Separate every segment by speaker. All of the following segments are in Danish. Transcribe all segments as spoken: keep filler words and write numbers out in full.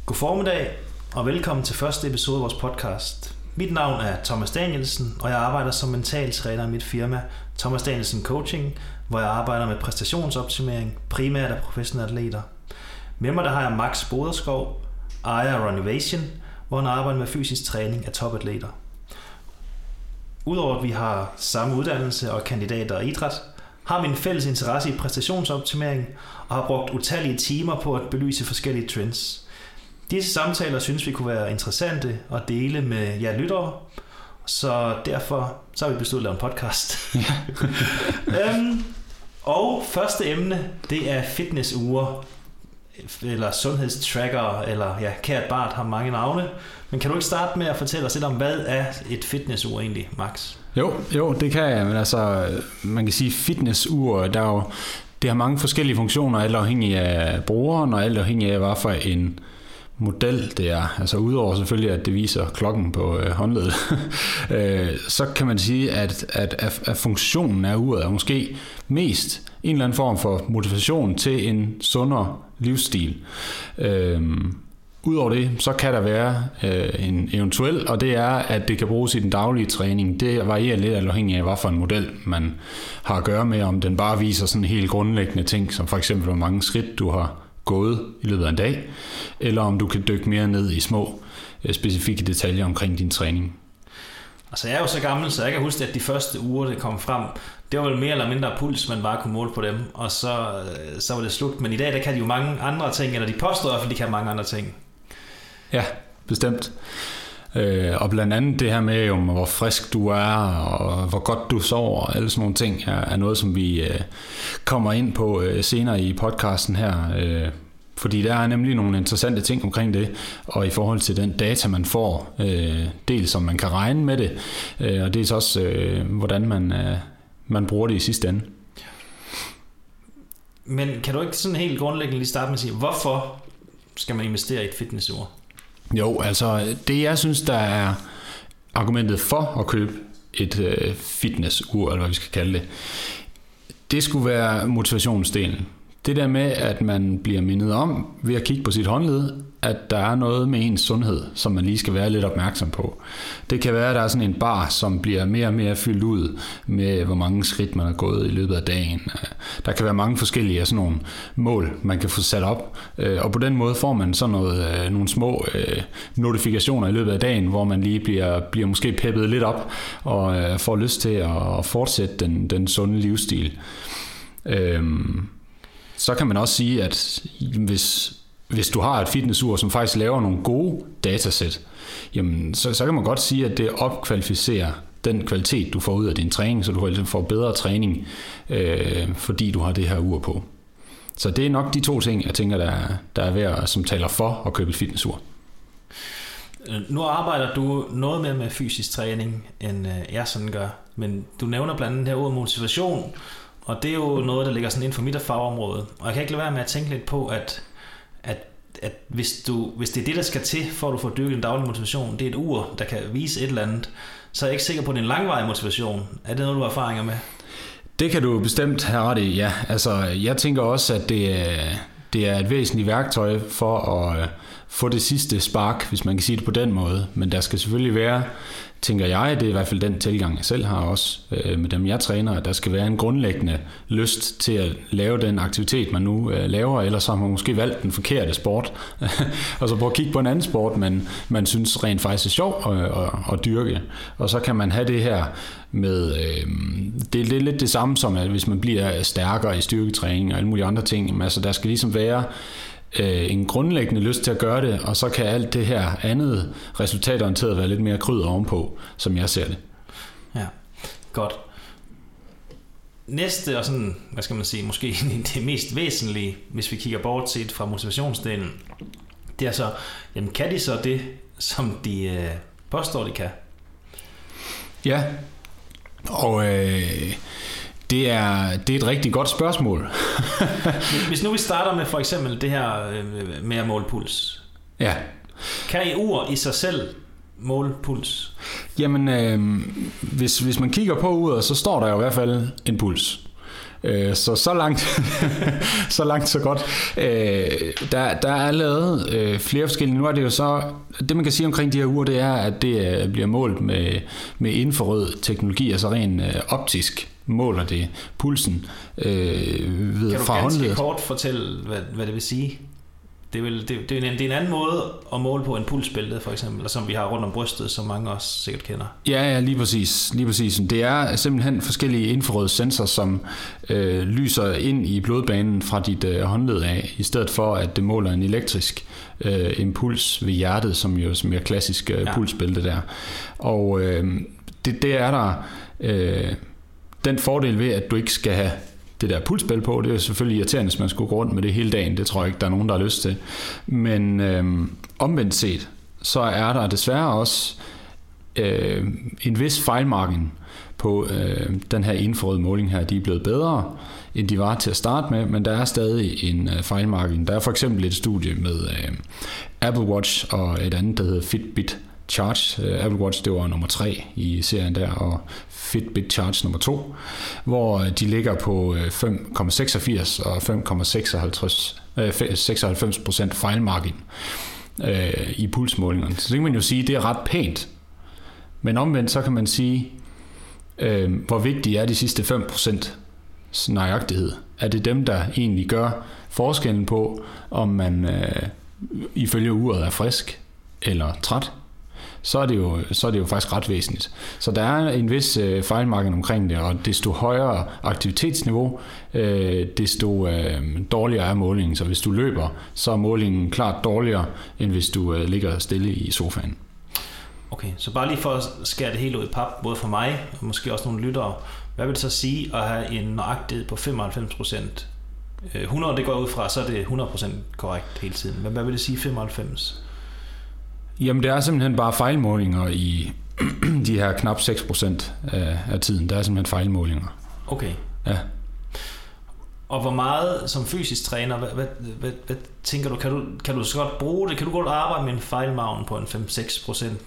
Speaker 1: God formiddag og velkommen til første episode af vores podcast. Mit navn er Thomas Danielsen, og jeg arbejder som mentaltræner i mit firma Thomas Danielsen Coaching, hvor jeg arbejder med præstationsoptimering, primært af professionelle atleter. Med mig der har jeg Max Boderskov, ejer af Runivation, hvor han arbejder med fysisk træning af topatleter. Udover at vi har samme uddannelse og kandidater i idræt, har vi en fælles interesse i præstationsoptimering og har brugt utallige timer på at belyse forskellige trends. Disse samtaler synes vi kunne være interessante at dele med jer lyttere, så derfor så har vi besluttet at lave en podcast. øhm, og første emne, det er fitnessure, eller sundhedstracker, eller ja, kært Bart har mange navne. Men kan du ikke starte med at fortælle os lidt om, hvad er et fitnessur egentlig, Max?
Speaker 2: Jo, jo, det kan jeg, men altså, man kan sige fitnessur, der er jo, det har mange forskellige funktioner, alt afhængig af brugeren, og alt afhængig af, hvad for en model det er. Altså udover selvfølgelig, at det viser klokken på øh, håndledet, øh, så kan man sige, at, at, at, at funktionen af uret er måske mest en eller anden form for motivation til en sundere livsstil. Øh, Udover det, så kan der være øh, en eventuel, og det er, at det kan bruges i den daglige træning. Det varierer lidt afhængig af, hvad for en model man har at gøre med, om den bare viser sådan helt grundlæggende ting, som for eksempel, hvor mange skridt du har gået i løbet af en dag, eller om du kan dykke mere ned i små, øh, specifikke detaljer omkring din træning.
Speaker 1: Altså jeg er jo så gammel, så jeg kan huske, at de første uger, det kom frem, det var vel mere eller mindre puls, man bare kunne måle på dem, og så, så var det slut. Men i dag, der kan de jo mange andre ting, eller de påstår i hvert fald, de kan mange andre ting.
Speaker 2: Ja, bestemt. Øh, og blandt andet det her med, om hvor frisk du er, og hvor godt du sover, og alle sådan nogle ting, er, er noget, som vi øh, kommer ind på øh, senere i podcasten her. Øh, fordi der er nemlig nogle interessante ting omkring det, og i forhold til den data, man får, øh, dels som man kan regne med det, øh, og dels også, øh, hvordan man, øh, man bruger det i sidste ende.
Speaker 1: Men kan du ikke sådan helt grundlæggende lige starte med at sige, hvorfor skal man investere i et fitnessur?
Speaker 2: Jo, altså det jeg synes, der er argumentet for at købe et øh, fitnessur, eller hvad vi skal kalde det, det skulle være motivationsdelen. Det der med, at man bliver mindet om ved at kigge på sit håndled, at der er noget med ens sundhed, som man lige skal være lidt opmærksom på. Det kan være, at der er sådan en bar, som bliver mere og mere fyldt ud med, hvor mange skridt man har gået i løbet af dagen. Der kan være mange forskellige af sådan nogle mål, man kan få sat op. Og på den måde får man sådan noget, nogle små notifikationer i løbet af dagen, hvor man lige bliver, bliver måske peppet lidt op og får lyst til at fortsætte den, den sunde livsstil. Så kan man også sige, at hvis, hvis du har et fitnessur, som faktisk laver nogle gode datasæt, jamen, så, så kan man godt sige, at det opkvalificerer den kvalitet, du får ud af din træning, så du får bedre træning, øh, fordi du har det her ur på. Så det er nok de to ting, jeg tænker, der, der er værd, som taler for at købe et fitnessur.
Speaker 1: Nu arbejder du noget mere med fysisk træning, end jeg sådan gør, men du nævner blandt andet her ord motivation, og det er jo noget, der ligger sådan inden for mit fagområde. Og jeg kan ikke lade være med at tænke lidt på, at, at, at hvis, du, hvis det er det, der skal til, for at du får dyrket en daglig motivation, det er et ur, der kan vise et eller andet, så er jeg ikke sikker på, at det er en langvarig motivation. Er det noget, du har erfaringer med?
Speaker 2: Det kan du bestemt have ret i, ja. Altså, jeg tænker også, at det er, det er et væsentligt værktøj for at få det sidste spark, hvis man kan sige det på den måde. Men der skal selvfølgelig være, tænker jeg, det er i hvert fald den tilgang, jeg selv har også øh, med dem, jeg træner, at der skal være en grundlæggende lyst til at lave den aktivitet, man nu øh, laver, ellers har man måske valgt den forkerte sport, og så prøve at kigge på en anden sport, men man synes rent faktisk er sjov at, at, at dyrke. Og så kan man have det her med, øh, det, det er lidt det samme som, at hvis man bliver stærkere i styrketræning og alle mulige andre ting, altså der skal ligesom være en grundlæggende lyst til at gøre det, og så kan alt det her andet resultatorienteret være lidt mere krydder ovenpå, som jeg ser det.
Speaker 1: Ja, godt. Næste, og sådan, hvad skal man sige, måske det mest væsentlige, hvis vi kigger bortset fra motivationsdelen, det er så, jamen kan de så det, som de øh, påstår, de kan?
Speaker 2: Ja, og øh, Det er, det er et rigtig godt spørgsmål.
Speaker 1: Hvis nu vi starter med for eksempel det her med at måle puls.
Speaker 2: Ja.
Speaker 1: Kan I ur i sig selv måle puls?
Speaker 2: Jamen, øh, hvis, hvis man kigger på uret, så står der jo i hvert fald en puls. Så så langt, så langt så godt. Der, der er lavet flere forskellige. Nu er det jo så, det man kan sige omkring de her ure, det er, at det bliver målt med, med infrarød teknologi, altså rent optisk måler det pulsen øh, ved, fra håndledet.
Speaker 1: Kan du ganske kort fortælle, hvad, hvad det vil sige? Det er, vel, det, det, er en, det er en anden måde at måle på en pulsbælte, for eksempel, som vi har rundt om brystet, som mange også sikkert kender.
Speaker 2: Ja, ja, lige præcis. Lige præcis. Det er simpelthen forskellige infrarøde sensorer, som øh, lyser ind i blodbanen fra dit øh, håndled af, i stedet for at det måler en elektrisk øh, impuls ved hjertet, som jo som er klassisk øh, ja. pulsbælte der. Og øh, det, det er der øh, den fordel ved, at du ikke skal have det der pulsbælte på. Det er jo selvfølgelig irriterende, hvis man skulle gå rundt med det hele dagen. Det tror jeg ikke, der er nogen, der har lyst til. Men øh, omvendt set, så er der desværre også øh, en vis fejlmargin på øh, den her infrarøde måling her. De er blevet bedre, end de var til at starte med, men der er stadig en øh, fejlmargin. Der er for eksempel et studie med øh, Apple Watch og et andet, der hedder Fitbit Charge. Uh, Apple Watch, det var nummer tre i serien der, og Fitbit Charge nummer to, hvor de ligger på fem komma seksogfirs og fem komma seksoghalvfems procent fejlmargin uh, i pulsmålingerne. Så det kan man jo sige, det er ret pænt. Men omvendt så kan man sige, uh, hvor vigtige er de sidste fem procent nøjagtighed. Er det dem, der egentlig gør forskellen på, om man uh, ifølge uret er frisk eller træt? Så er, det jo, så er det jo faktisk ret væsentligt. Så der er en vis øh, fejlmargin omkring det, og desto højere aktivitetsniveau, øh, desto øh, dårligere er målingen. Så hvis du løber, så er målingen klart dårligere, end hvis du øh, ligger stille i sofaen.
Speaker 1: Okay, så bare lige for at skære det helt ud i pap, både for mig og måske også nogle lyttere. Hvad vil det så sige at have en nøjagtighed på femoghalvfems procent? hundrede, det går ud fra, så er det hundrede procent korrekt hele tiden. Men hvad vil det sige femoghalvfems?
Speaker 2: Jamen det er simpelthen bare fejlmålinger i de her knap seks procent af, af tiden. Der er simpelthen fejlmålinger.
Speaker 1: Okay.
Speaker 2: Ja.
Speaker 1: Og hvor meget som fysisk træner, hvad, hvad, hvad, hvad tænker du, kan du, kan du så godt bruge det? Kan du godt arbejde med en fejlmargin på en fem til seks procent?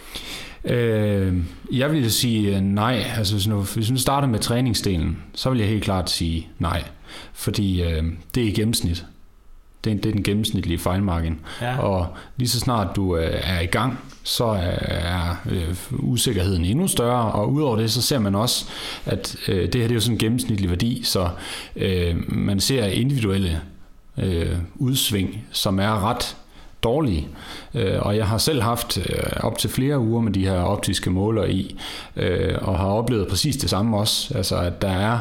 Speaker 2: Øh, jeg vil sige nej. Altså hvis nu, hvis nu starter med træningsdelen, så vil jeg helt klart sige nej. Fordi øh, det er i gennemsnit. Det er, det er den gennemsnitlige fejlmargin. Ja. Og lige så snart du er i gang, så er usikkerheden endnu større, og udover det, så ser man også, at det her det er jo sådan en gennemsnitlig værdi, så man ser individuelle udsving, som er ret dårlige. Og jeg har selv haft op til flere uger med de her optiske målere i, og har oplevet præcis det samme også, altså at der er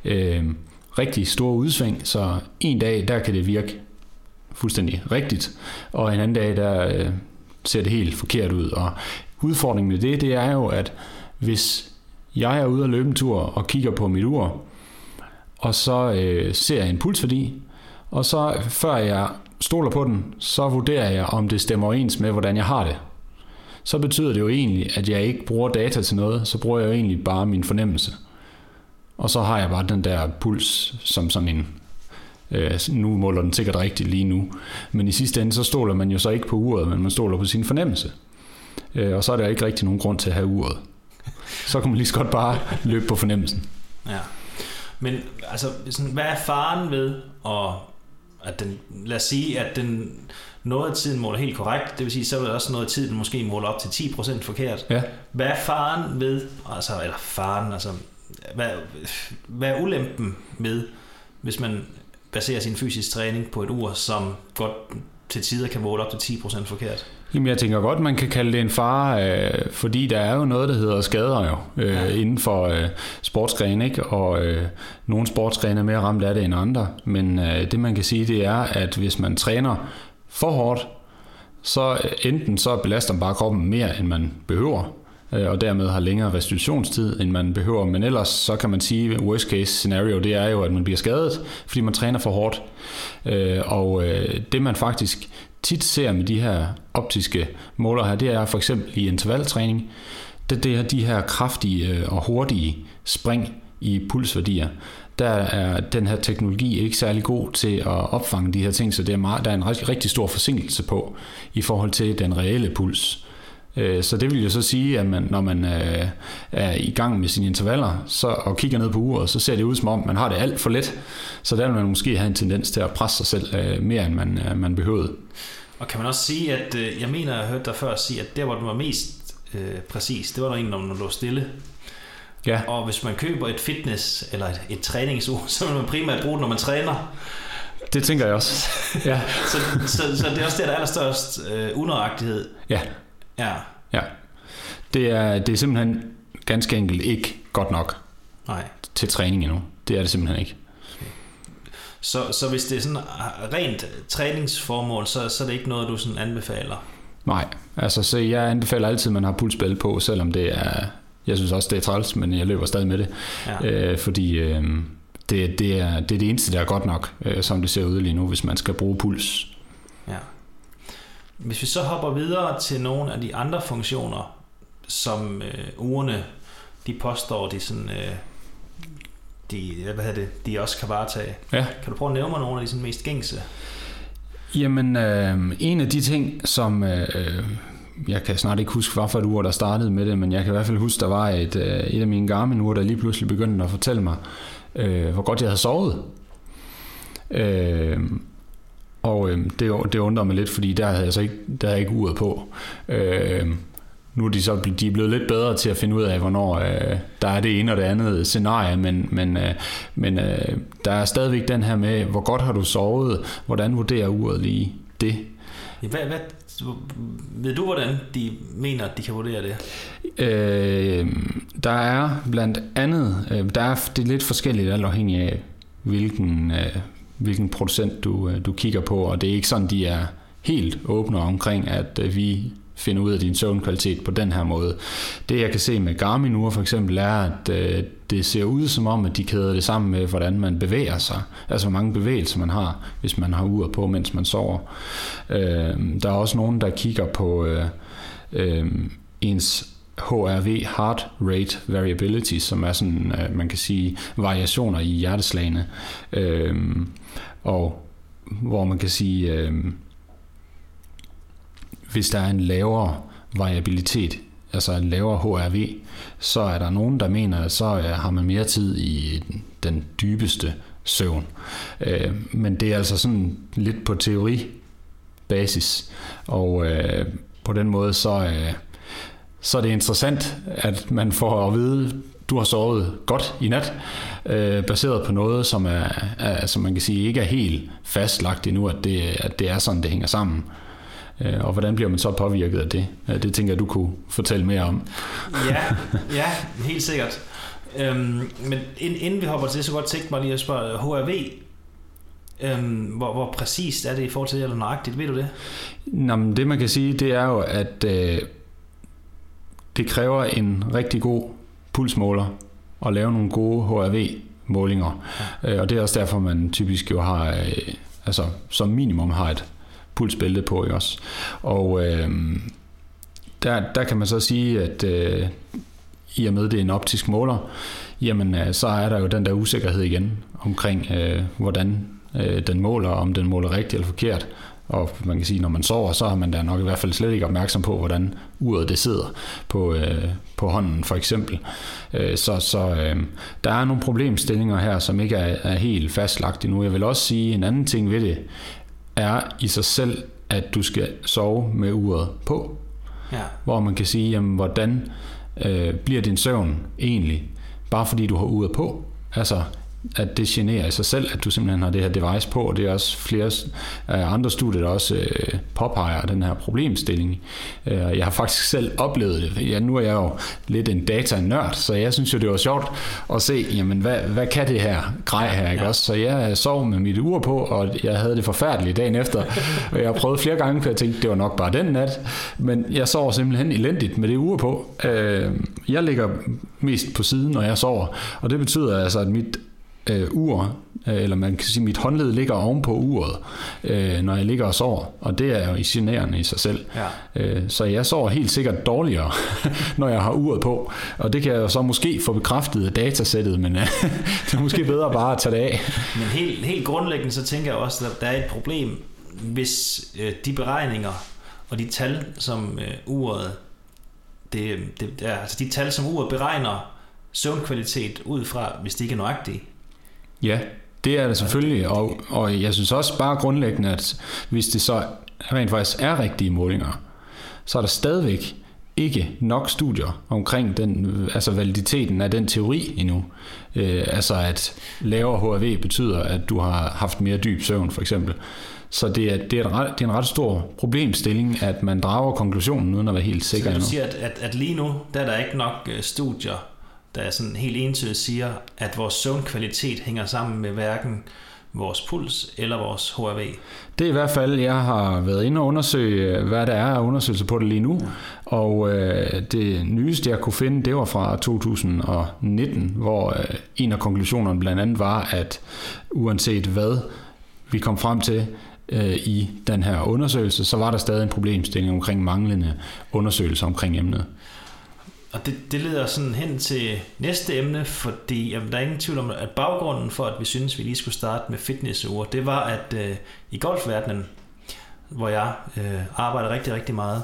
Speaker 2: rigtig store udsving, så en dag, der kan det virke fuldstændig rigtigt, og en anden dag, der øh, ser det helt forkert ud. Og udfordringen med det, det er jo, at hvis jeg er ude at løbe en tur og kigger på mit ur, og så øh, ser jeg en pulsværdi, og så før jeg stoler på den, så vurderer jeg, om det stemmer overens med, hvordan jeg har det. Så betyder det jo egentlig, at jeg ikke bruger data til noget, så bruger jeg jo egentlig bare min fornemmelse. Og så har jeg bare den der puls som sådan en nu måler den sikkert rigtigt lige nu, men i sidste ende så stoler man jo så ikke på uret, men man stoler på sin fornemmelse, og så er der ikke rigtig nogen grund til at have uret. Så kan man lige så godt bare løbe på fornemmelsen.
Speaker 1: Ja, men altså sådan, hvad er faren ved at, at den, lad os sige at den noget af tiden måler helt korrekt, det vil sige så er der også noget af tiden måske måler op til ti procent forkert.
Speaker 2: Ja.
Speaker 1: Hvad er faren ved, altså eller faren, altså hvad, hvad er ulempen med, hvis man baserer sin fysisk træning på et ur, som godt til tider kan måle op til ti procent forkert?
Speaker 2: Jamen jeg tænker godt, man kan kalde det en fare, øh, fordi der er jo noget, der hedder skader jo, øh, ja. inden for øh, sportsgrene, ikke? Og øh, nogle sportsgrene er mere ramt af det end andre, men øh, det man kan sige, det er, at hvis man træner for hårdt, så enten så belaster man bare kroppen mere, end man behøver, og dermed har længere restitutionstid, end man behøver. Men ellers så kan man sige, at worst case scenario, det er jo, at man bliver skadet, fordi man træner for hårdt. Og det man faktisk tit ser med de her optiske målere her, det er for eksempel i intervaltræning, det er de her kraftige og hurtige spring i pulsværdier. Der er den her teknologi ikke særlig god til at opfange de her ting, så det er meget, der er en rigtig, rigtig stor forsinkelse på i forhold til den reelle puls. Så det vil jo så sige, at man, når man er i gang med sine intervaller så, og kigger ned på uret, så ser det ud som om, man har det alt for let. Så der vil man måske have en tendens til at presse sig selv mere, end man, man behøvede.
Speaker 1: Og kan man også sige, at jeg mener, jeg har hørt dig før sige, at der, hvor den var mest øh, præcis, det var der egentlig, når man lå stille.
Speaker 2: Ja.
Speaker 1: Og hvis man køber et fitness eller et, et træningsur, så vil man primært bruge det, når man træner.
Speaker 2: Det tænker jeg også. Ja.
Speaker 1: så, så, så det er også det, der er allerstørst øh, unøjagtighed.
Speaker 2: Ja.
Speaker 1: Ja.
Speaker 2: Ja. Det er, det er simpelthen ganske enkelt ikke godt nok.
Speaker 1: Nej.
Speaker 2: Til træning endnu. Det er det simpelthen ikke.
Speaker 1: Okay. Så, så hvis det er sådan rent træningsformål, så, så er det ikke noget, du sådan anbefaler?
Speaker 2: Nej, altså så jeg anbefaler altid, at man har pulsbælte på, selvom det er, jeg synes også, det er træls, men jeg løber stadig med det. Ja. Øh, fordi øh, det, det, er, det er det eneste, der er godt nok, øh, som det ser ud lige nu, hvis man skal bruge puls.
Speaker 1: Ja. Hvis vi så hopper videre til nogle af de andre funktioner, som øh, ugerne, de påstår, de sådan... Øh, de, hvad hedder det, de også kan varetage.
Speaker 2: Ja.
Speaker 1: Kan du prøve at nævne mig nogle af de sådan mest gængse?
Speaker 2: Jamen, øh, en af de ting, som øh, jeg kan snart ikke huske, hvad for et ur, der startede med det, men jeg kan i hvert fald huske, der var et, øh, et af mine Garmin-ure, der lige pludselig begyndte at fortælle mig, øh, hvor godt jeg havde sovet. Øh, og øh, det, det undrer mig lidt, fordi der havde jeg så ikke, der havde jeg ikke uret på. Øh, Nu er de så de er blevet lidt bedre til at finde ud af, hvornår øh, der er det ene og det andet scenarie, men, men, øh, men øh, der er stadigvæk den her med, hvor godt har du sovet, hvordan vurderer uret lige det?
Speaker 1: Hvad, hvad, ved du, hvordan de mener, at de kan vurdere det?
Speaker 2: Øh, der er blandt andet, øh, der er det er lidt forskelligt, alt afhængig af, hvilken, øh, hvilken producent du, øh, du kigger på, og det er ikke sådan, de er helt åbne omkring, at øh, vi finde ud af din søvnkvalitet på den her måde. Det jeg kan se med Garmin-ure for eksempel er, at øh, det ser ud som om, at de kæder det sammen med, hvordan man bevæger sig. Altså hvor mange bevægelser man har, hvis man har uret på, mens man sover. Øh, der er også nogen, der kigger på øh, øh, ens H R V, Heart Rate Variability, som er sådan, øh, man kan sige, variationer i hjerteslagene. Øh, og hvor man kan sige... Øh, hvis der er en lavere variabilitet, altså en lavere H R V, så er der nogen, der mener, at så har man mere tid i den dybeste søvn. Men det er altså sådan lidt på teoribasis, og på den måde så, så er det interessant, at man får at vide, du har sovet godt i nat, baseret på noget, som, er, er, som man kan sige ikke er helt fastlagt endnu, at det, at det er sådan, det hænger sammen. Og hvordan bliver man så påvirket af det? Det tænker jeg, du kunne fortælle mere om.
Speaker 1: Ja, ja, helt sikkert. Øhm, men inden vi hopper til, så godt tænke mig lige at spørge H R V. Øhm, hvor, hvor præcist er det i forhold til, eller nøjagtigt? Ved du det? Nå,
Speaker 2: men det man kan sige, det er jo, at øh, det kræver en rigtig god pulsmåler at lave nogle gode H R V-målinger. Ja. Og det er også derfor, man typisk jo har, øh, altså som minimum har et pulsbælte på, ikke også? Og øh, der, der kan man så sige, at øh, i og med det er en optisk måler, jamen øh, så er der jo den der usikkerhed igen omkring, øh, hvordan øh, den måler, om den måler rigtigt eller forkert. Og man kan sige, når man sover, så har man da nok i hvert fald slet ikke opmærksom på, hvordan uret det sidder på, øh, på hånden for eksempel. Øh, så så øh, der er nogle problemstillinger her, som ikke er, er helt fastlagt endnu. Jeg vil også sige, en anden ting ved det, er i sig selv, at du skal sove med uret på. Ja. Hvor man kan sige, jamen, hvordan øh, bliver din søvn egentlig, bare fordi du har uret på? Altså, at det generer i sig selv, at du simpelthen har det her device på, og det er også flere øh, andre studier, der også øh, påpeger den her problemstilling. Øh, jeg har faktisk selv oplevet det. Ja, nu er jeg jo lidt en data-nørd, så jeg synes jo, det var sjovt at se, jamen, hvad, hvad kan det her grej her, ikke ja. Også? Så jeg sov med mit ur på, og jeg havde det forfærdeligt dagen efter, og jeg har prøvet flere gange, for jeg tænkte, det var nok bare den nat, men jeg sover simpelthen elendigt med det ur på. Øh, jeg ligger mest på siden, når jeg sover, og det betyder altså, at mit Øh, ur, øh, eller man kan sige, mit håndled ligger oven på uret, øh, når jeg ligger og sover, og det er jo generende i sig selv. Ja. Øh, så jeg sover helt sikkert dårligere, når jeg har uret på, og det kan jeg jo så måske få bekræftet af datasættet, men øh, det er måske bedre bare at tage det af.
Speaker 1: Men helt, helt grundlæggende, så tænker jeg også, at der er et problem, hvis øh, de beregninger og de tal, som øh, uret det, det er, altså de tal, som uret beregner søvnkvalitet ud fra, hvis de ikke er nøjagtige.
Speaker 2: Ja, det er det selvfølgelig, og, og jeg synes også bare grundlæggende, at hvis det så rent faktisk er rigtige målinger, så er der stadigvæk ikke nok studier omkring den, altså validiteten af den teori endnu. Øh, altså at lavere H R V betyder, at du har haft mere dyb søvn for eksempel. Så det er, det er, ret, det er en ret stor problemstilling, at man drager konklusionen uden at være helt sikker.
Speaker 1: Så du siger, at, at, at lige nu, der er der ikke nok studier, der sådan helt entydigt siger, at vores søvnkvalitet hænger sammen med hverken vores puls eller vores H R V.
Speaker 2: Det er i hvert fald, jeg har været inde og undersøge, hvad der er af undersøgelser på det lige nu. Og øh, det nyeste, jeg kunne finde, det var fra to tusind og nitten, hvor øh, en af konklusionerne blandt andet var, at uanset hvad vi kom frem til øh, i den her undersøgelse, så var der stadig en problemstilling omkring manglende undersøgelser omkring emnet.
Speaker 1: Og det, det leder sådan hen til næste emne, fordi jamen, der er ingen tvivl om, at baggrunden for, at vi synes, vi lige skulle starte med fitnessure, det var, at øh, i golfverdenen, hvor jeg øh, arbejder rigtig, rigtig meget,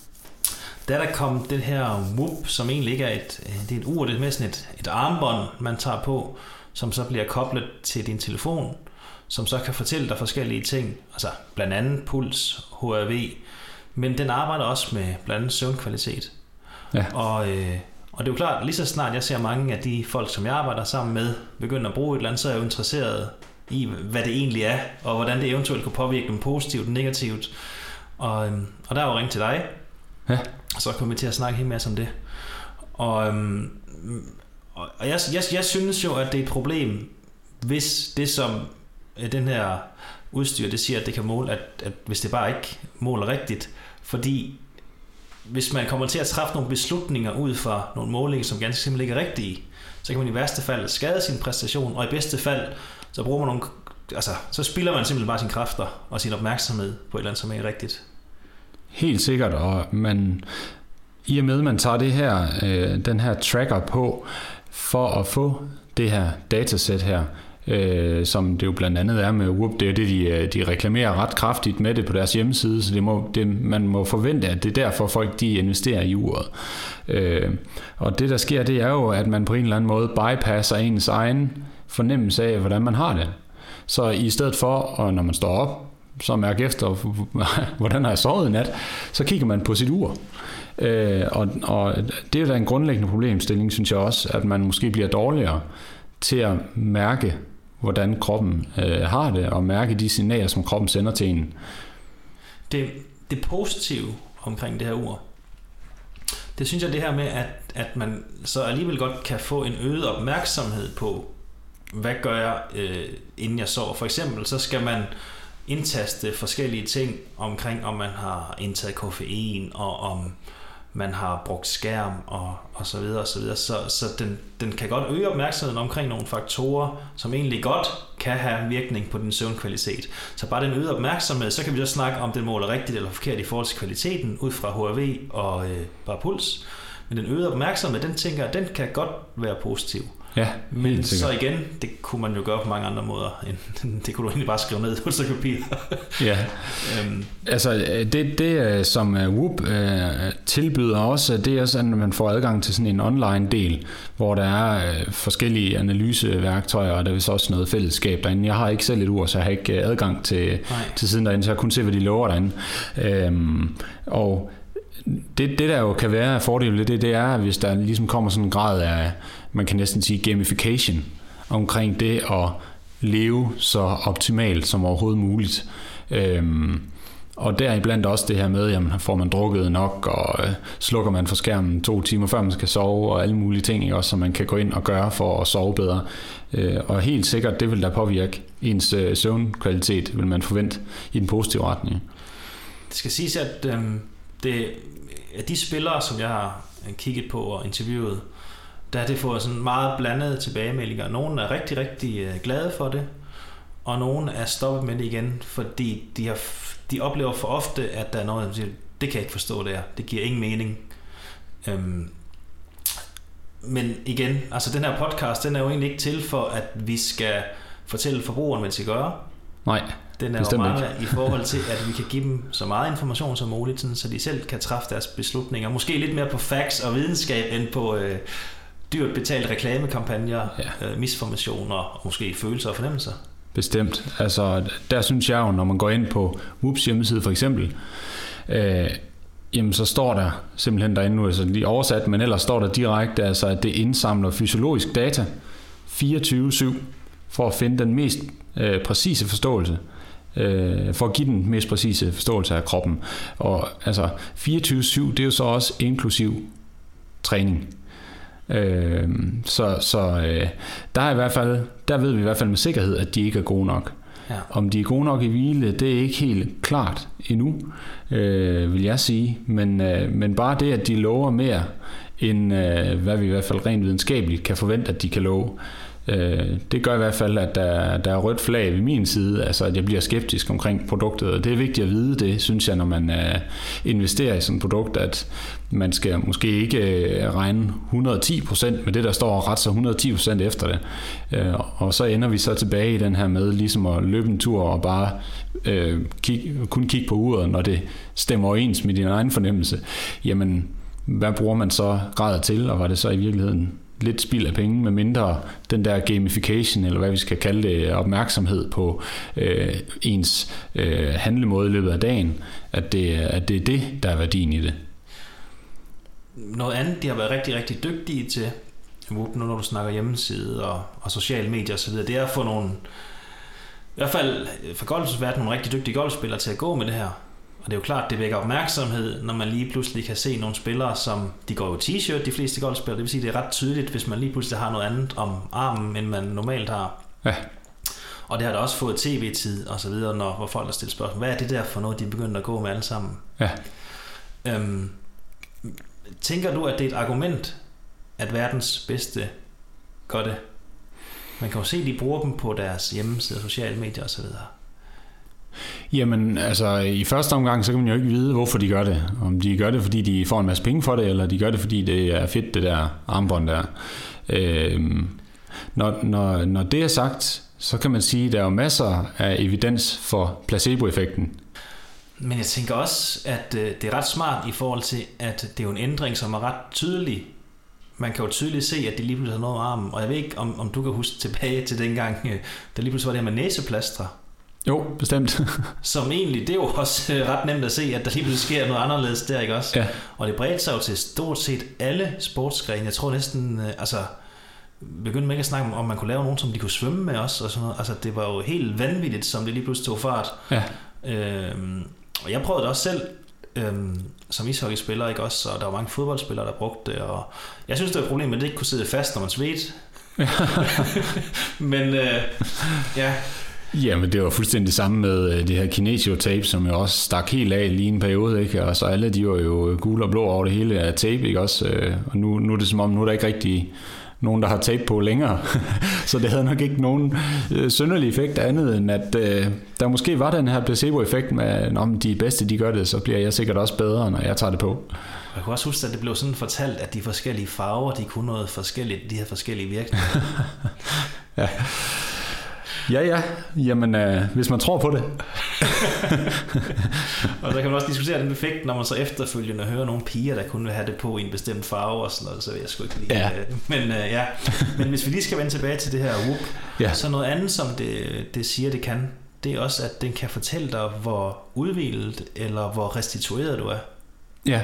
Speaker 1: der er der kom det her Whoop, som egentlig ikke er et, det er et ur, det er mere sådan et, et armbånd, man tager på, som så bliver koblet til din telefon, som så kan fortælle dig forskellige ting, altså blandt andet puls, H R V, men den arbejder også med blandt andet søvnkvalitet. Ja. Og, øh, og det er jo klart, lige så snart jeg ser mange af de folk, som jeg arbejder sammen med, begynder at bruge et eller andet, så er jeg jo interesseret i, hvad det egentlig er, og hvordan det eventuelt kan påvirke dem positivt og negativt. Og, øh, og der er jo ringet til dig, ja. Så kommer vi til at snakke helt masse om det. Og, øh, og jeg, jeg, jeg synes jo, at det er et problem, hvis det som den her udstyr, det siger, at det kan måle, at, at hvis det bare ikke måler rigtigt, fordi hvis man kommer til at træffe nogle beslutninger ud fra nogle målinger, som ganske simpelthen ikke er rigtige, så kan man i værste fald skade sin præstation, og i bedste fald, så bruger man nogle, altså, så spilder man simpelthen bare sine kræfter og sin opmærksomhed på et eller andet, som er rigtigt. Helt sikkert, og man, i og med, at man tager det her, øh, den her tracker på, for at få det her datasæt her, Øh, som det jo blandt andet er med Whoop, det er det, de, de reklamerer ret kraftigt med det på deres hjemmeside, så det må, det, man må forvente, at det er derfor folk de investerer i uret. Øh, og det der sker, det er jo, at man på en eller anden måde bypasser ens egen fornemmelse af, hvordan man har det. Så i stedet for, og når man står op, så mærker efter, hvordan har jeg sovet i nat, så kigger man på sit ur. Øh, og, og det er da en grundlæggende problemstilling, synes jeg også, at man måske bliver dårligere til at mærke, hvordan kroppen øh, har det, og mærke de signaler, som kroppen sender til en. Det, det positive omkring det her ur, det synes jeg det her med, at, at man så alligevel godt kan få en øget opmærksomhed på, hvad gør jeg, øh, inden jeg sover. For eksempel, så skal man indtaste forskellige ting omkring, om man har indtaget koffein, og om man har brugt skærm og, og så videre og så videre. Så, så den, den kan godt øge opmærksomheden omkring nogle faktorer, som egentlig godt kan have virkning på din søvnkvalitet. Så bare den øgede opmærksomhed, så kan vi så snakke om den måler rigtigt eller forkert i forhold til kvaliteten ud fra H R V og øh, bare puls. Men den øgede opmærksomhed, den tænker den kan godt være positiv. Ja, men så igen, det kunne man jo gøre på mange andre måder. Det kunne du egentlig bare skrive ned på et stykke papir. Ja, um. altså det, det som Whoop uh, tilbyder også, det er sådan, at man får adgang til sådan en online del, hvor der er uh, forskellige analyseværktøjer, og der er også noget fællesskab derinde. Jeg har ikke selv et ur, så jeg har ikke adgang til, til siden derinde, så jeg kun se, hvad de lover derinde. Um, og Det, det der jo kan være fordel ved det, det er, hvis der ligesom kommer sådan en grad af, man kan næsten sige gamification, omkring det at leve så optimalt som overhovedet muligt. Øhm, og deriblandt også det her med, jamen får man drukket nok, og øh, slukker man for skærmen to timer før man skal sove, og alle mulige ting, ikke? Også, som man kan gå ind og gøre for at sove bedre. Øh, og helt sikkert, det vil der påvirke ens øh, søvnkvalitet, vil man forvente i den positive retning. Det skal siges, at øh, det af de spillere, som jeg har kigget på og interviewet, der har det fået sådan meget blandede tilbagemeldinger. Nogle er rigtig, rigtig glade for det, og nogle er stoppet med det igen, fordi de, har, de oplever for ofte, at der er noget, der siger, det kan jeg ikke forstå det her, det giver ingen mening. Øhm, men igen, altså den her podcast, den er jo egentlig ikke til for, at vi skal fortælle forbrugeren, hvad de skal gøre. Nej. Den er
Speaker 2: Bestemt
Speaker 1: jo meget
Speaker 2: ikke.
Speaker 1: i forhold til, at vi kan give dem så meget information som muligt, sådan, så de selv kan træffe deres beslutninger. Måske lidt mere på facts og videnskab, end på øh, dyrt betalt reklamekampagner, ja. øh, misformationer og måske følelser og fornemmelser.
Speaker 2: Bestemt. Altså, der synes jeg jo, når man går ind på Whoops hjemmeside for eksempel, øh, jamen så står der simpelthen derinde, nu er det lige oversat, men ellers står der direkte, altså, at det indsamler fysiologisk data fireogtyve syv for at finde den mest øh, præcise forståelse, øh, for at give den mest præcise forståelse af kroppen. Og altså fireogtyve syv, det er jo så også inklusiv træning. Øh, så så øh, der er i hvert fald, der ved vi i hvert fald med sikkerhed, at de ikke er gode nok. Ja. Om de er gode nok i hvile, det er ikke helt klart endnu, øh, vil jeg sige. Men, øh, men bare det, at de lover mere, end øh, hvad vi i hvert fald rent videnskabeligt kan forvente, at de kan love, øh, det gør i hvert fald, at der, der er rødt flag ved min side, altså at jeg bliver skeptisk omkring produktet. Og det er vigtigt at vide det, synes jeg, når man øh, investerer i sådan et produkt, at man skal måske ikke regne et hundrede og ti procent med det, der står og rette sig et hundrede og ti procent efter det. Og så ender vi så tilbage i den her med ligesom at løbe en tur og bare øh, kig, kun kigge på uret, når det stemmer overens med din egen fornemmelse. Jamen, hvad bruger man så grader til, og var det så i virkeligheden lidt spild af penge, med mindre den der gamification, eller hvad vi skal kalde det, opmærksomhed på øh, ens øh, handlemåde i løbet af dagen, at det, at det er det, der er værdien i det.
Speaker 1: Noget andet, de har været rigtig, rigtig dygtige til, nu når du snakker hjemmeside og, og sociale medier osv., det er at få nogle, i hvert fald for golfverdenen, nogle rigtig dygtige golfspillere til at gå med det her. Og det er jo klart, det vækker opmærksomhed, når man lige pludselig kan se nogle spillere, som de går jo t-shirt, de fleste golfspillere. Det vil sige, det er ret tydeligt, hvis man lige pludselig har noget andet om armen, end man normalt har.
Speaker 2: Ja.
Speaker 1: Og det har da også fået tv-tid og så videre, når, hvor folk har stillet spørgsmål. Hvad er det der for noget, de begynder at gå med alle sammen?
Speaker 2: Ja.
Speaker 1: Øhm, tænker du, at det er et argument, at verdens bedste gør det? Man kan jo se, at de bruger dem på deres hjemmeside, sociale medier osv.
Speaker 2: Jamen, altså i første omgang, så kan man jo ikke vide, hvorfor de gør det. Om de gør det, fordi de får en masse penge for det, eller de gør det, fordi det er fedt, det der armbånd der. Øhm, når, når, når det er sagt, så kan man sige, at der er jo masser af evidens for placeboeffekten. Men
Speaker 1: jeg tænker også, at øh, det er ret smart i forhold til, at det er jo en ændring, som er ret tydelig. Man kan jo tydeligt se, at det lige pludselig har noget med armen. Og jeg ved ikke, om, om du kan huske tilbage til dengang, øh, der lige pludselig var det her med næseplastre.
Speaker 2: Jo, bestemt.
Speaker 1: Som egentlig, det er jo også ret nemt at se, at der lige pludselig sker noget anderledes der, ikke også?
Speaker 2: Ja.
Speaker 1: Og det bredte sig jo til stort set alle sportsgrene. Jeg tror næsten, øh, altså, begyndte man ikke at snakke om, om man kunne lave nogen, som de kunne svømme med os og sådan noget. Altså, det var jo helt vanvittigt, som det lige pludselig tog fart.
Speaker 2: Ja.
Speaker 1: Øhm, og jeg prøvede det også selv, øhm, som ishockeyspiller, ikke også? Og der var mange fodboldspillere, der brugte det, og jeg synes, det var et problem, at det ikke kunne sidde fast, når man svedte. Men, øh, ja...
Speaker 2: Jamen, det var fuldstændig det samme med det her kinesiotape, som jo også stak helt af lige en periode, ikke? Og så alle, de var jo gule og blå over det hele af tape, ikke også? Og nu, nu er det som om, nu er der ikke rigtig nogen, der har tape på længere. Så det havde nok ikke nogen øh, synderlig effekt andet, end at øh, der måske var den her placebo-effekt med, om de bedste, de gør det, så bliver jeg sikkert også bedre, når jeg tager det på.
Speaker 1: Jeg kunne også huske, at det blev sådan fortalt, at de forskellige farver, de kunne noget forskelligt, de her forskellige virkninger.
Speaker 2: Ja. Ja, ja. Jamen, øh, hvis man tror på det.
Speaker 1: Og så kan man også diskutere den effekt, når man så efterfølgende hører nogle piger, der kunne have det på i en bestemt farve og sådan noget, så vil jeg sgu ikke lide.
Speaker 2: Ja.
Speaker 1: Men, øh, ja. Men hvis vi lige skal vende tilbage til det her Whoop,
Speaker 2: ja.
Speaker 1: Så noget andet, som det, det siger, det kan, det er også, at den kan fortælle dig, hvor udhvilet eller hvor restitueret du er.
Speaker 2: Ja.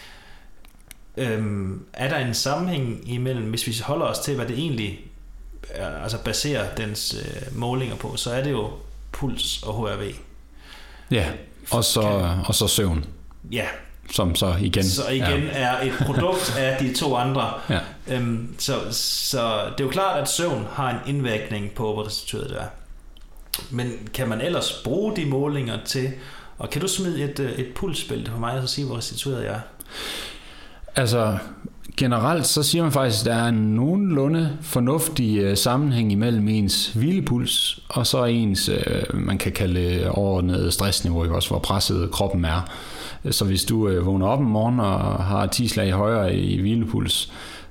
Speaker 1: Øhm, er der en sammenhæng imellem, hvis vi holder os til, hvad det egentlig altså baserer dens øh, målinger på, så er det jo puls og H R V.
Speaker 2: Ja, og så, og så søvn.
Speaker 1: Ja.
Speaker 2: Som så igen,
Speaker 1: så igen ja. er et produkt af de to andre.
Speaker 2: Ja.
Speaker 1: Øhm, så, så det er jo klart, at søvn har en indvirkning på, hvor restitueret det er. Men kan man ellers bruge de målinger til, og kan du smide et, et pulsbælte på mig og så sige, hvor restitueret jeg er?
Speaker 2: Altså... Generelt så siger man faktisk, at der er en nogenlunde fornuftig sammenhæng imellem ens hvilepuls og så ens, man kan kalde overordnet stressniveau, også hvor presset kroppen er. Så hvis du vågner op en morgen og har ti slag højere i hvilepuls,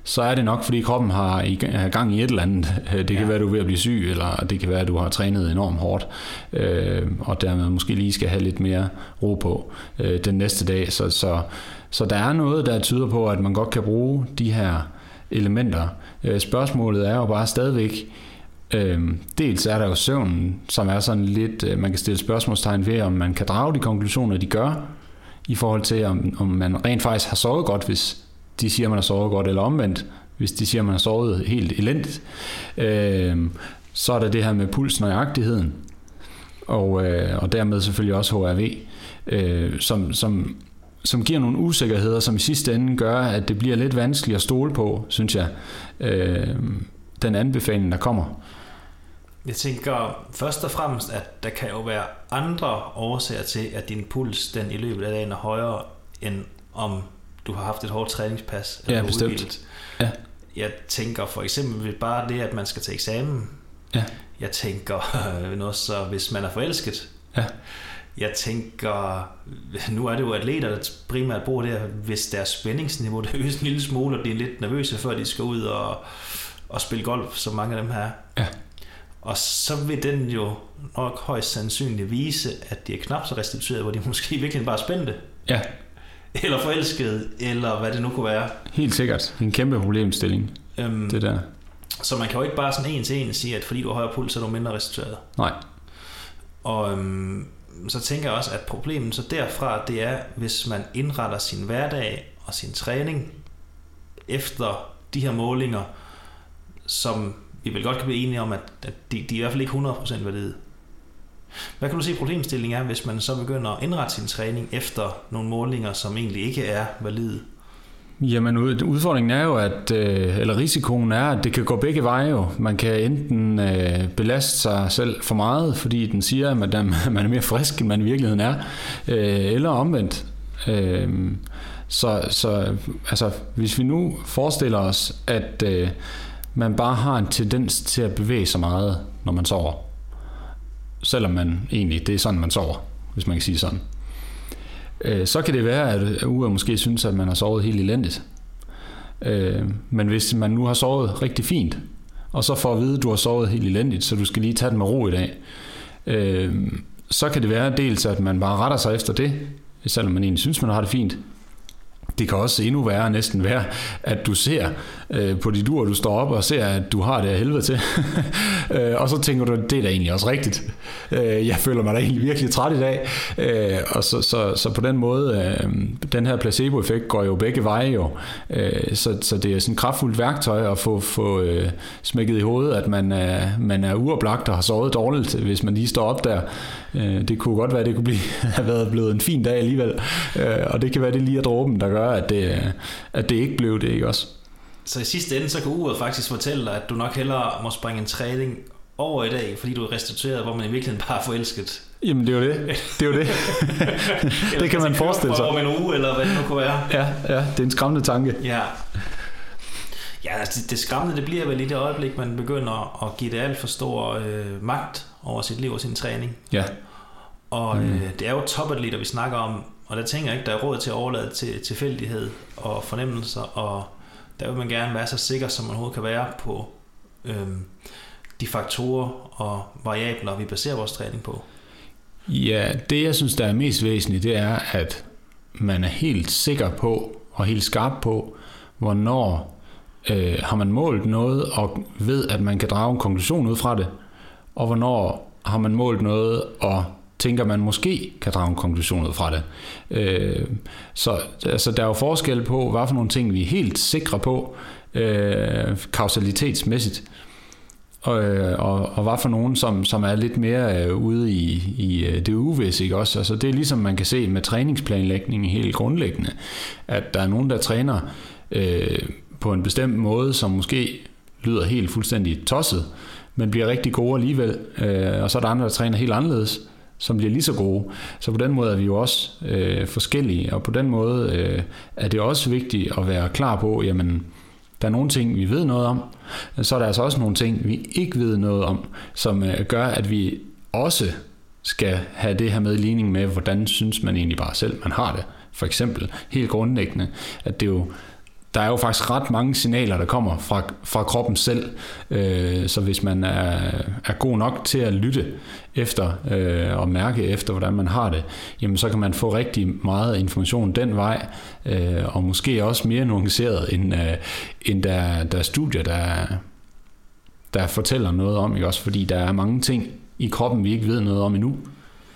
Speaker 2: så er det nok, fordi kroppen har i gang i et eller andet. Det kan ja. være, at du er ved at blive syg, eller det kan være, at du har trænet enormt hårdt, øh, og dermed måske lige skal have lidt mere ro på øh, den næste dag. Så, så, så der er noget, der tyder på, at man godt kan bruge de her elementer. Øh, spørgsmålet er jo bare stadigvæk, øh, dels er der jo søvnen, som er sådan lidt, øh, man kan stille spørgsmålstegn ved, om man kan drage de konklusioner, de gør, i forhold til, om, om man rent faktisk har sovet godt, hvis de siger, man har sovet godt, eller omvendt, hvis de siger, man har sovet helt elendigt. Øh, så er der det her med pulsnøjagtigheden, og, øh, og dermed selvfølgelig også H R V, øh, som, som, som giver nogle usikkerheder, som i sidste ende gør, at det bliver lidt vanskeligt at stole på, synes jeg, øh, den anbefaling, der kommer.
Speaker 1: Jeg tænker først og fremmest, at der kan jo være andre årsager til, at din puls den i løbet af dagen er højere, end om du har haft et hårdt træningspas.
Speaker 2: Ja, bestemt.
Speaker 1: Ja. Jeg tænker for eksempel bare det, at man skal til eksamen.
Speaker 2: Ja.
Speaker 1: Jeg tænker øh, noget så, hvis man er forelsket.
Speaker 2: Ja.
Speaker 1: Jeg tænker, nu er det jo atleter, der primært bruger det her, hvis deres spændingsniveau det øges en lille smule, og de er lidt nervøse, før de skal ud og, og spille golf, som mange af dem her.
Speaker 2: Ja.
Speaker 1: Og så vil den jo nok højst sandsynligt vise, at de er knap så restitueret, hvor de måske virkelig bare er spændte.
Speaker 2: Ja.
Speaker 1: Eller forelskede, eller hvad det nu kunne være.
Speaker 2: Helt sikkert. En kæmpe problemstilling, øhm, det der.
Speaker 1: Så man kan jo ikke bare sådan en til en sige, at fordi du har højere puls, så er du mindre restitueret.
Speaker 2: Nej.
Speaker 1: Og øhm, så tænker jeg også, at problemet så derfra, det er, hvis man indretter sin hverdag og sin træning efter de her målinger, som vi vel godt kan blive enige om, at de, de er i hvert fald ikke hundrede procent valide. Hvad kan du se problemstillingen er, hvis man så begynder at indrette sin træning efter nogle målinger, som egentlig ikke er valide?
Speaker 2: Jamen udfordringen er jo, at, eller risikoen er, at det kan gå begge veje jo. Man kan enten øh, belaste sig selv for meget, fordi den siger, at man er mere frisk, end man i virkeligheden er, øh, eller omvendt. Øh, så så altså, hvis vi nu forestiller os, at øh, man bare har en tendens til at bevæge sig meget, når man sover, selvom man egentlig, det er sådan, man sover, hvis man kan sige sådan. Så kan det være, at uret måske synes, at man har sovet helt elendigt. Men hvis man nu har sovet rigtig fint, og så får at vide, at du har sovet helt elendigt, så du skal lige tage den med ro i dag, så kan det være dels, at man bare retter sig efter det, selvom man egentlig synes, man har det fint. Det kan også endnu værre næsten være, at du ser øh, på dit ur, du står op og ser, at du har det af helvede til. øh, og så tænker du, det er da egentlig også rigtigt. Øh, jeg føler mig da egentlig virkelig træt i dag. Øh, og så, så, så på den måde, øh, den her placebo-effekt går jo begge veje jo. Øh, så, så det er sådan et kraftfuldt værktøj at få, få øh, smækket i hovedet, at man er, man er uoplagt og har sovet dårligt, hvis man lige står op der. Øh, det kunne godt være, at det kunne blive, have været blevet en fin dag alligevel. Øh, og det kan være, det lige er dråben, der gør, at det, at det ikke blev det, ikke også?
Speaker 1: Så i sidste ende, så kan uret faktisk fortælle dig, at du nok hellere må springe en træning over i dag, fordi du er restitueret, hvor man i virkeligheden bare er forelsket.
Speaker 2: Jamen, det er jo det. Det er jo det. Det kan man forestille sig.
Speaker 1: Om en uge, eller hvad det nu kunne være.
Speaker 2: Ja, ja, det er en skræmmende tanke.
Speaker 1: Ja. Ja, altså det, det skræmmende, det bliver vel i det øjeblik, man begynder at give det alt for stor øh, magt over sit liv og sin træning.
Speaker 2: Ja.
Speaker 1: Og øh, det er jo topatleter, vi snakker om, og der tænker jeg ikke, der er råd til at overlade til tilfældighed og fornemmelser, og der vil man gerne være så sikker, som man overhovedet kan være på øh, de faktorer og variabler, vi baserer vores træning på.
Speaker 2: Ja, det jeg synes, der er mest væsentligt, det er, at man er helt sikker på og helt skarp på, hvornår øh, har man målt noget og ved, at man kan drage en konklusion ud fra det, og hvornår har man målt noget og tænker, man måske kan drage en konklusion ud fra det. Øh, så altså, der er jo forskel på, hvad for nogle ting, vi er helt sikre på, øh, kausalitetsmæssigt, og, og, og hvad for nogen, som, som er lidt mere øh, ude i, i det uvisse, ikke også? Altså, det er ligesom man kan se med træningsplanlægning helt grundlæggende, at der er nogen, der træner øh, på en bestemt måde, som måske lyder helt fuldstændig tosset, men bliver rigtig gode alligevel, øh, og så er der andre, der træner helt anderledes, som bliver lige så gode. Så på den måde er vi jo også øh, forskellige, og på den måde øh, er det også vigtigt at være klar på, jamen, der er nogle ting, vi ved noget om, så er der altså også nogle ting, vi ikke ved noget om, som øh, gør, at vi også skal have det her med i ligning med, hvordan synes man egentlig bare selv, man har det. For eksempel helt grundlæggende, at det er jo der er jo faktisk ret mange signaler, der kommer fra, fra kroppen selv. Øh, så hvis man er, er god nok til at lytte efter øh, og mærke efter, hvordan man har det, jamen så kan man få rigtig meget information den vej, øh, og måske også mere nuanceret, end, øh, end der, der er studier, der, der fortæller noget om, ikke også? Fordi der er mange ting i kroppen, vi ikke ved noget om endnu.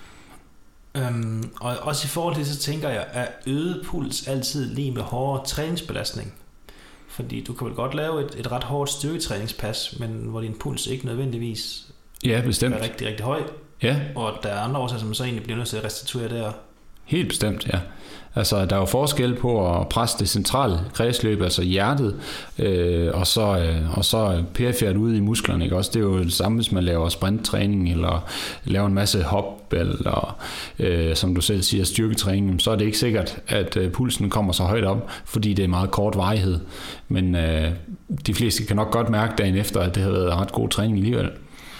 Speaker 1: Øhm, og også i forhold til det, så tænker jeg, er øget puls altid lige med hårdere træningsbelastning? Fordi du kan vel godt lave et, et ret hårdt styrketræningspas, men hvor din puls ikke nødvendigvis
Speaker 2: ja, bestemt.
Speaker 1: er rigtig, rigtig høj.
Speaker 2: Ja.
Speaker 1: Og der er andre årsager, som så egentlig bliver nødt til at restituere der.
Speaker 2: Helt bestemt, ja. Altså, der er jo forskel på at presse det centrale kredsløb, altså hjertet, øh, og så, øh, og så perifert ude i musklerne, ikke også? Det er jo det samme, hvis man laver sprinttræning, eller laver en masse hop, eller øh, som du selv siger, styrketræning, så er det ikke sikkert, at øh, pulsen kommer så højt op, fordi det er meget kort varighed. Men øh, de fleste kan nok godt mærke dagen efter, at det har været ret god træning alligevel.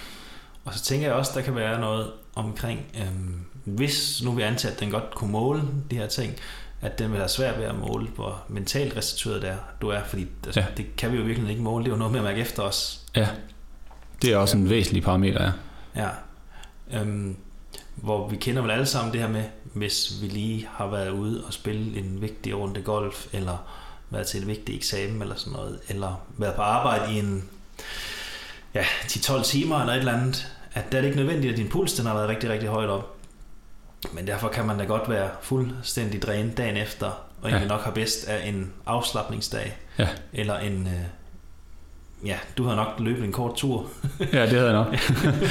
Speaker 2: Og
Speaker 1: så tænker jeg også, der kan være noget omkring, øhm, hvis nu vi antager, at den godt kunne måle de her ting, at den vil have svært ved at måle, hvor mentalt restitueret der du er, fordi altså, ja. det kan vi jo virkelig ikke måle, det er jo noget med at mærke efter os.
Speaker 2: Ja, det er også en væsentlig parameter, ja.
Speaker 1: Ja, øhm, hvor vi kender vel alle sammen det her med, hvis vi lige har været ude og spille en vigtig runde golf, eller været til et vigtigt eksamen eller sådan noget, eller været på arbejde i en ja, ti til tolv timer eller et eller andet, at der er det ikke nødvendigt, at din puls den har været rigtig, rigtig højt op. Men derfor kan man da godt være fuldstændig drænet dagen efter, og egentlig ja. nok har bedst af en afslapningsdag, ja. eller en, øh, ja, du har nok løbet en kort tur.
Speaker 2: Ja, det havde jeg nok.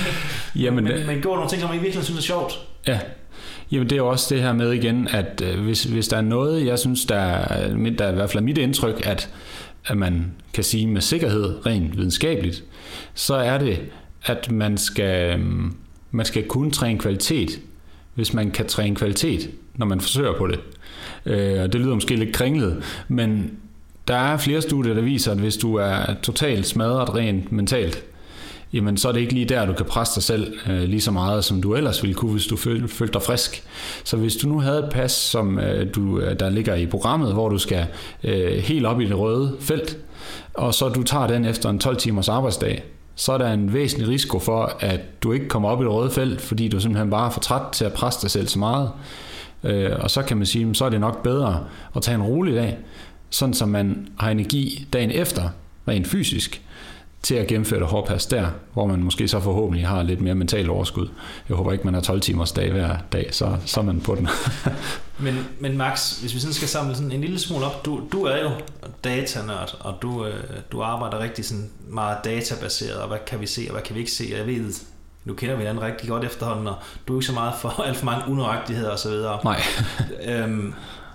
Speaker 1: Jamen, men, men går nogle ting, som I virkelig synes er sjovt.
Speaker 2: Ja, jamen det er jo også det her med igen, at øh, hvis, hvis der er noget, jeg synes, der er, der er i hvert fald mit indtryk, at, at man kan sige med sikkerhed, rent videnskabeligt, så er det, at man skal, man skal kunne træne kvalitet, hvis man kan træne kvalitet, når man forsøger på det. Øh, og det lyder måske lidt kringlet, men der er flere studier, der viser, at hvis du er totalt smadret rent mentalt, jamen så er det ikke lige der, du kan presse dig selv øh, lige så meget, som du ellers ville kunne, hvis du følte, følte dig frisk. Så hvis du nu havde et pas, som øh, du, der ligger i programmet, hvor du skal øh, helt op i det røde felt, og så du tager den efter en tolv timers arbejdsdag, så er der en væsentlig risiko for, at du ikke kommer op i det røde felt, fordi du simpelthen bare er for træt til at presse dig selv så meget. Øh, og så kan man sige, så er det nok bedre at tage en rolig dag, sådan så man har energi dagen efter, rent fysisk, til at gennemføre det hårdpas der, hvor man måske så forhåbentlig har lidt mere mental overskud. Jeg håber ikke, man har tolv timers dag hver dag, så, så er man på den.
Speaker 1: men, men Max, hvis vi sådan skal samle sådan en lille smule op, du, du er jo datanørd, og du, øh, du arbejder rigtig sådan meget databaseret, og hvad kan vi se, og hvad kan vi ikke se, og jeg ved, nu kender vi hinanden rigtig godt efterhånden, og du er ikke så meget for alt for mange unøjagtigheder og så videre.
Speaker 2: Nej.
Speaker 1: øhm,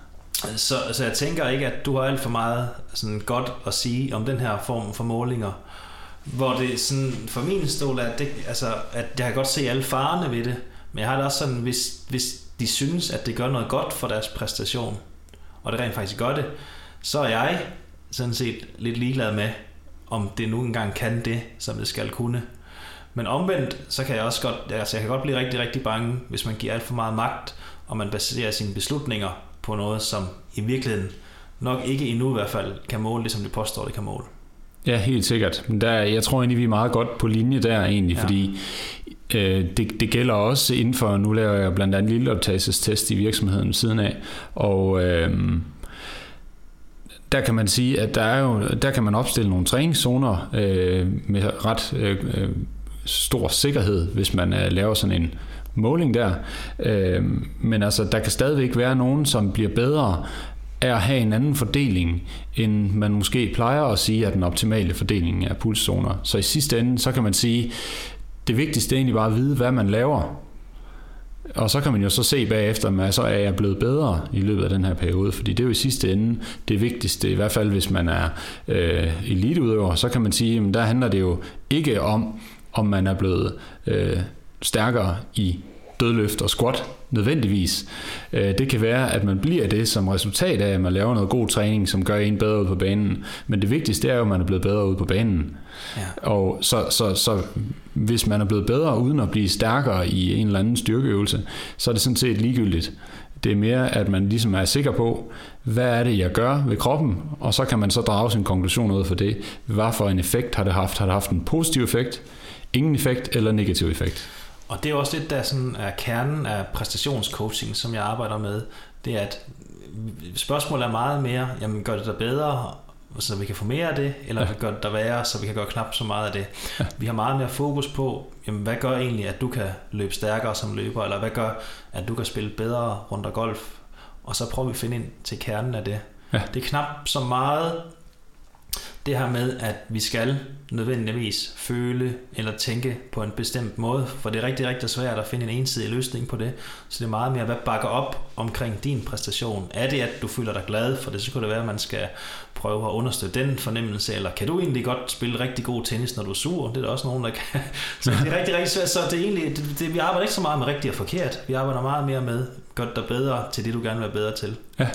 Speaker 1: så, så jeg tænker ikke, at du har alt for meget sådan godt at sige om den her form for målinger, hvor det sådan, for min stol er, det, altså, at jeg kan godt se alle farerne ved det, men jeg har det også sådan, hvis, hvis de synes, at det gør noget godt for deres præstation, og det rent faktisk gør det, så er jeg sådan set lidt ligeglad med, om det nu engang kan det, som det skal kunne. Men omvendt, så kan jeg også godt, altså jeg kan godt blive rigtig, rigtig bange, hvis man giver alt for meget magt, og man baserer sine beslutninger på noget, som i virkeligheden nok ikke endnu i hvert fald kan måle det, som det påstår, det kan måle.
Speaker 2: Ja, helt sikkert. Der, jeg tror egentlig, vi er meget godt på linje der egentlig, ja. fordi øh, det, det gælder også inden for, nu laver jeg blandt andet lilleoptagelsestest i virksomheden siden af, og øh, der kan man sige, at der, er jo, der kan man opstille nogle træningszoner øh, med ret øh, stor sikkerhed, hvis man øh, laver sådan en måling der. Øh, men altså, der kan stadigvæk være nogen, som bliver bedre af at have en anden fordeling, end man måske plejer at sige, at den optimale fordeling af pulszoner. Så i sidste ende, så kan man sige, det vigtigste er egentlig bare at vide, hvad man laver. Og så kan man jo så se bagefter, at så er jeg blevet bedre i løbet af den her periode, fordi det er jo i sidste ende det vigtigste, i hvert fald hvis man er øh, eliteudøver, så kan man sige, at der handler det jo ikke om, om man er blevet øh, stærkere i dødløft og squat nødvendigvis. Det kan være, at man bliver det som resultat af, at man laver noget god træning, som gør en bedre ud på banen. Men det vigtigste er jo, at man er blevet bedre ud på banen. Ja. Og så, så, så hvis man er blevet bedre uden at blive stærkere i en eller anden styrkeøvelse, så er det sådan set ligegyldigt. Det er mere, at man ligesom er sikker på, hvad er det, jeg gør ved kroppen, og så kan man så drage sin konklusion ud for det. Hvad for en effekt har det haft? Har det haft en positiv effekt, ingen effekt eller negativ effekt?
Speaker 1: Og det er også lidt, der sådan er kernen af præstationscoaching, som jeg arbejder med. Det er, at spørgsmålet er meget mere, jamen gør det der bedre, så vi kan få mere af det, eller ja. gør det der værre, så vi kan gøre knap så meget af det. Ja. Vi har meget mere fokus på, jamen, hvad gør egentlig, at du kan løbe stærkere som løber, eller hvad gør, at du kan spille bedre rundt af golf, og så prøver vi at finde ind til kernen af det. Ja. Det er knap så meget det her med, at vi skal nødvendigvis føle eller tænke på en bestemt måde, for det er rigtig, rigtig svært at finde en ensidig løsning på det. Så det er meget mere, hvad bakker op omkring din præstation. Er det, at du føler dig glad for det, så kunne det være, at man skal prøve at understøtte den fornemmelse, eller kan du egentlig godt spille rigtig god tennis, når du er sur? Det er der også nogen, der kan. Så det er rigtig, rigtig svært. Så det er egentlig, det, det, vi arbejder ikke så meget med rigtigt og forkert. Vi arbejder meget mere med, gør dig bedre til det, du gerne vil være bedre til. Ja.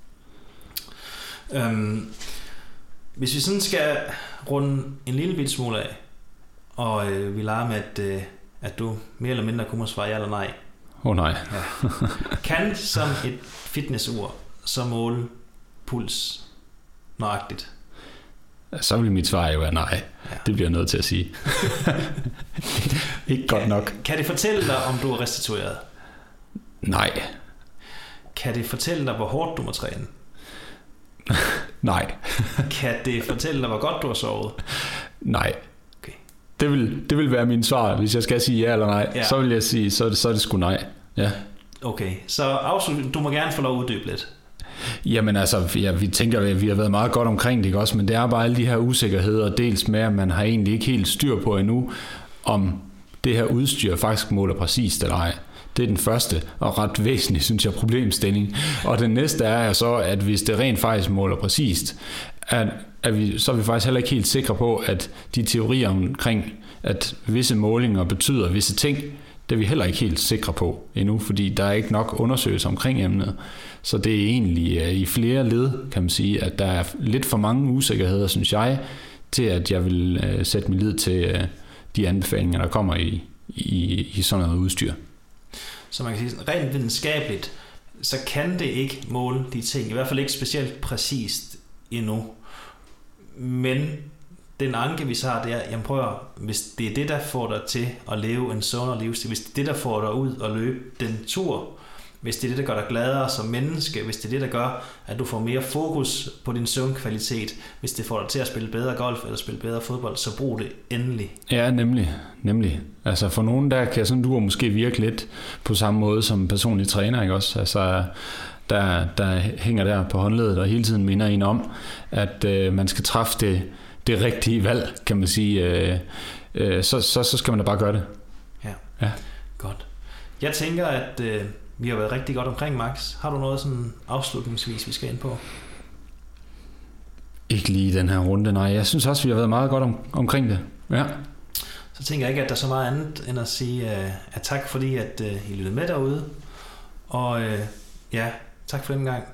Speaker 1: Øhm, Hvis vi sådan skal runde en lille bit smule af, og øh, vi leger med, at, øh, at du mere eller mindre kunne svare ja eller nej.
Speaker 2: Åh oh, nej.
Speaker 1: Ja. Kan som et fitnessur så måle puls nøjagtigt?
Speaker 2: Så vil mit svar jo være nej. Ja. Det bliver jeg nødt til at sige. Ikke
Speaker 1: kan,
Speaker 2: godt nok.
Speaker 1: Kan det fortælle dig, om du er restitueret?
Speaker 2: Nej.
Speaker 1: Kan det fortælle dig, hvor hårdt du må træne?
Speaker 2: Nej.
Speaker 1: Kan det fortælle dig, hvor godt du har sovet?
Speaker 2: Nej. Okay. Det vil, det vil være min svar, hvis jeg skal sige ja eller nej. Ja. Så vil jeg sige, så er det, så er det sgu nej. Ja.
Speaker 1: Okay, så afslut, du må gerne få lov at uddybe lidt.
Speaker 2: Jamen altså, ja, vi tænker, at vi har været meget godt omkring det, ikke også? Men det er bare alle de her usikkerheder, dels med, at man har egentlig ikke helt styr på endnu, om det her udstyr faktisk måler præcist eller ej. Det er den første og ret væsentlig, synes jeg, problemstilling. Og den næste er så, at hvis det rent faktisk måler præcist, at, at vi, så er vi faktisk heller ikke helt sikre på, at de teorier omkring, at visse målinger betyder visse ting, det er vi heller ikke helt sikre på endnu, fordi der er ikke nok undersøgelser omkring emnet. Så det er egentlig uh, i flere led, kan man sige, at der er lidt for mange usikkerheder, synes jeg, til at jeg vil uh, sætte min lid til uh, de anbefalinger, der kommer i, i, i sådan noget udstyr.
Speaker 1: Så man kan sige, rent videnskabeligt, så kan det ikke måle de ting, i hvert fald ikke specielt præcist endnu. Men den anke, vi så har, det er, jamen prøv at, hvis det er det, der får dig til at leve en sundere livsstil, hvis det er det, der får dig ud og løbe den tur, hvis det er det, der gør dig gladere som menneske, hvis det er det, der gør, at du får mere fokus på din søvnkvalitet, hvis det får dig til at spille bedre golf eller spille bedre fodbold, så brug det endelig.
Speaker 2: Ja, nemlig. nemlig. Altså for nogen, der kan sådan du måske virke lidt på samme måde som personlig træner, ikke også? Altså der, der hænger der på håndledet og hele tiden minder en om, at øh, man skal træffe det, det rigtige valg, kan man sige. Øh, øh, så, så, så skal man da bare gøre det.
Speaker 1: Ja, ja. Godt. Jeg tænker, at øh, vi har været rigtig godt omkring, Max. Har du noget sådan afslutningsvis, vi skal ind på?
Speaker 2: Ikke lige den her runde, nej. Jeg synes også, vi har været meget godt om, omkring det. Ja.
Speaker 1: Så tænker jeg ikke, at der er så meget andet end at sige uh, at tak fordi, at uh, I lyttede med derude. Og uh, ja, tak for den gang.